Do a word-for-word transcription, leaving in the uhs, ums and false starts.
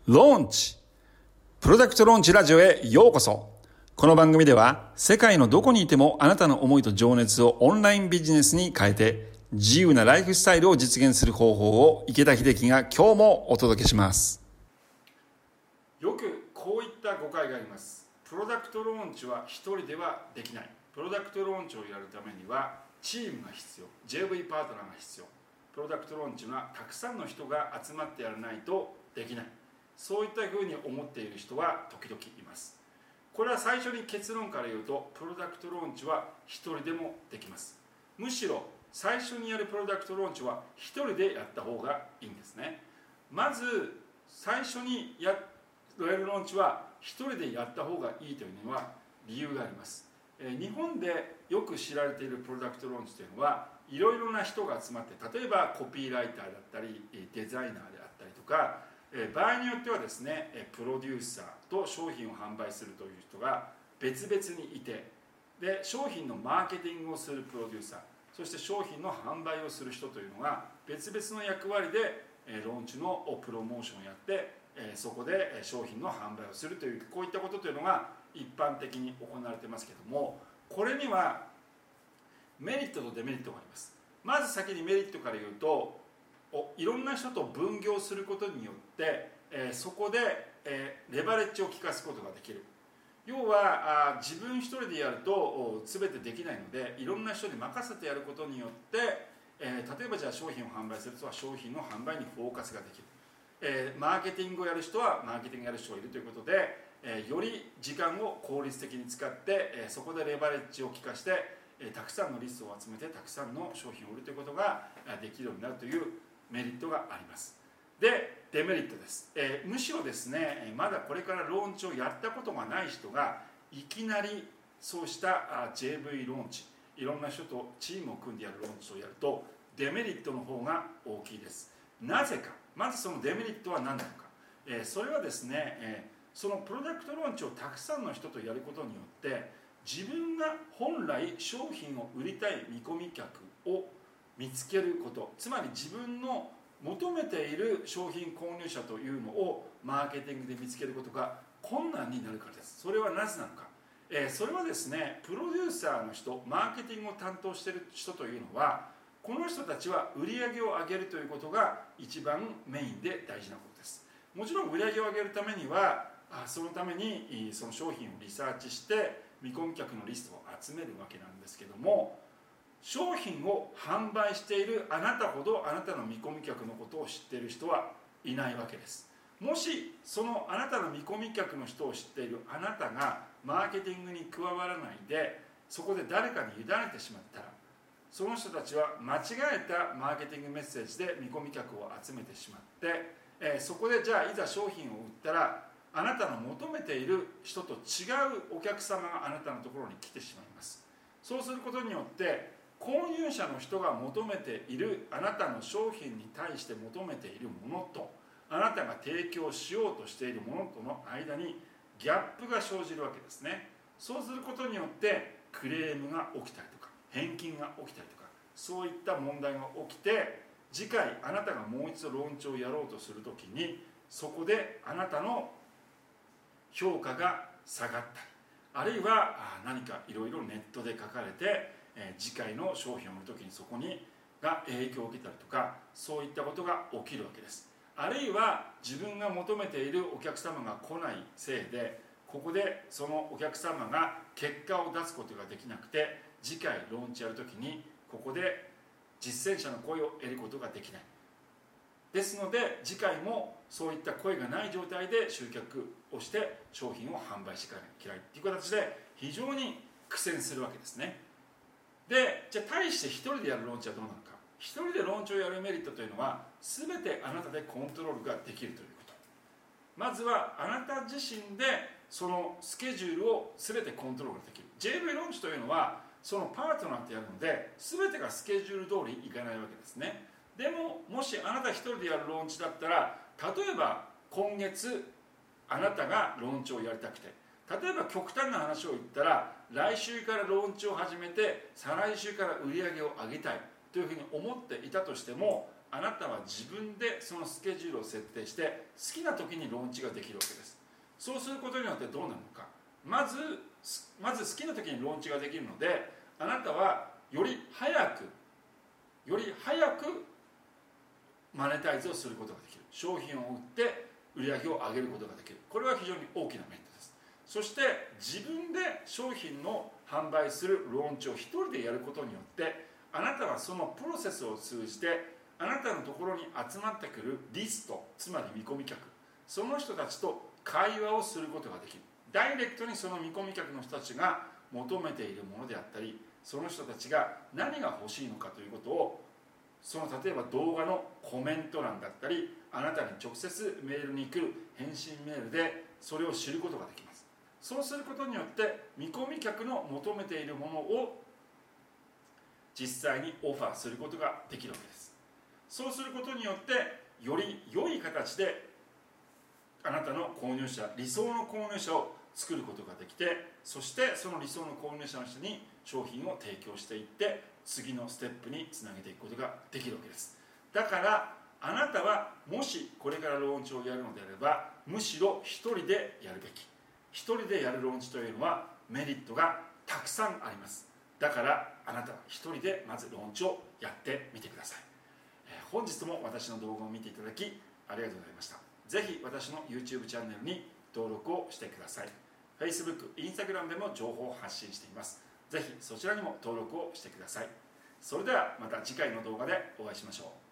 ローンチプロダクトローンチラジオへようこそ。この番組では世界のどこにいてもあなたの思いと情熱をオンラインビジネスに変えて自由なライフスタイルを実現する方法を池田秀樹が今日もお届けします。よくこういった誤解があります。プロダクトローンチは一人ではできない。プロダクトローンチをやるためにはチームが必要、 ジェーブイ パートナーが必要。プロダクトローンチはたくさんの人が集まってやらないとできない。そういったふうに思っている人は時々います。これは最初に結論から言うと、プロダクトローンチは一人でもできます。むしろ最初にやるプロダクトローンチは一人でやった方がいいんですね。まず最初にやるローンチは一人でやった方がいいというのは理由があります。日本でよく知られているプロダクトローンチというのはいろいろな人が集まって、例えばコピーライターだったりデザイナーであったりとか、場合によってはですね、プロデューサーと商品を販売するという人が別々にいて、で商品のマーケティングをするプロデューサー、そして商品の販売をする人というのが別々の役割でローンチのプロモーションをやって、そこで商品の販売をするという、こういったことというのが一般的に行われていますけども、これにはメリットとデメリットがあります。まず先にメリットから言うと、いろんな人と分業することによって、えー、そこで、えー、レバレッジを効かすことができる。要はあ自分一人でやると全てできないので、いろんな人に任せてやることによって、えー、例えばじゃあ商品を販売する人は商品の販売にフォーカスができる、えー、マーケティングをやる人はマーケティングをやる人がいるということで、えー、より時間を効率的に使って、えー、そこでレバレッジを効かして、えー、たくさんのリストを集めてたくさんの商品を売るということができるようになるというメリットがあります。で、デメリットです、えー、むしろですね、まだこれからローンチをやったことがない人がいきなりそうした ジェーブイ ローンチ、いろんな人とチームを組んでやるローンチをやるとデメリットの方が大きいです。なぜか。まずそのデメリットは何なのか、えー、それはですね、えー、そのプロダクトローンチをたくさんの人とやることによって自分が本来商品を売りたい見込み客を見つけること、つまり自分の求めている商品購入者というのをマーケティングで見つけることが困難になるからです。それはなぜなのか、えー、それはですね、プロデューサーの人、マーケティングを担当している人というのは、この人たちは売り上げを上げるということが一番メインで大事なことです。もちろん売り上げを上げるためにはそのためにその商品をリサーチして見込み客のリストを集めるわけなんですけども、商品を販売しているあなたほどあなたの見込み客のことを知っている人はいないわけです。もしそのあなたの見込み客の人を知っているあなたがマーケティングに加わらないでそこで誰かに委ねてしまったら、その人たちは間違えたマーケティングメッセージで見込み客を集めてしまって、えー、そこでじゃあいざ商品を売ったらあなたの求めている人と違うお客様があなたのところに来てしまいます。そうすることによって購入者の人が求めているあなたの商品に対して求めているものとあなたが提供しようとしているものとの間にギャップが生じるわけですね。そうすることによってクレームが起きたりとか返金が起きたりとか、そういった問題が起きて次回あなたがもう一度ローンチをやろうとするときにそこであなたの評価が下がったり、あるいは何かいろいろネットで書かれて次回の商品を売るときにそこにが影響を受けたりとか、そういったことが起きるわけです。あるいは自分が求めているお客様が来ないせいでここでそのお客様が結果を出すことができなくて次回ローンチやるときにここで実践者の声を得ることができない。ですので次回もそういった声がない状態で集客をして商品を販売していかなきゃいけないという形で非常に苦戦するわけですね。で、じゃあ対して一人でやるローンチはどうなのか。一人でローンチをやるメリットというのは全てあなたでコントロールができるということ。まずはあなた自身でそのスケジュールを全てコントロールできる。 ジェーブイ ローンチというのはそのパートナーとやるので全てがスケジュール通りいかないわけですね。でももしあなた一人でやるローンチだったら、例えば今月あなたがローンチをやりたくて、例えば極端な話を言ったら来週からローンチを始めて再来週から売り上げを上げたいというふうに思っていたとしても、 あなたは自分でそのスケジュールを設定して好きな時にローンチができるわけです。そうすることによってどうなるのか、まずまず好きな時にローンチができるので、あなたはより早くより早くマネタイズをすることができる。商品を売って売り上げを上げることができる。これは非常に大きなメリットです。そして自分で商品の販売するローンチを一人でやることによって、あなたはそのプロセスを通じてあなたのところに集まってくるリスト、つまり見込み客、その人たちと会話をすることができる。ダイレクトにその見込み客の人たちが求めているものであったり、その人たちが何が欲しいのかということを、その例えば動画のコメント欄だったり、あなたに直接メールに来る返信メールでそれを知ることができます。そうすることによって見込み客の求めているものを実際にオファーすることができるわけです。そうすることによってより良い形であなたの購入者、理想の購入者を作ることができて、そしてその理想の購入者の人に商品を提供していって次のステップにつなげていくことができるわけです。だからあなたはもしこれからローンチをやるのであれば、むしろ一人でやるべき。一人でやるローンチというのはメリットがたくさんあります。だからあなたは一人でまずローンチをやってみてください。えー、本日も私の動画を見ていただきありがとうございました。ぜひ私の YouTube チャンネルに登録をしてください。 Facebook、Instagram でも情報を発信しています。ぜひそちらにも登録をしてください。それではまた次回の動画でお会いしましょう。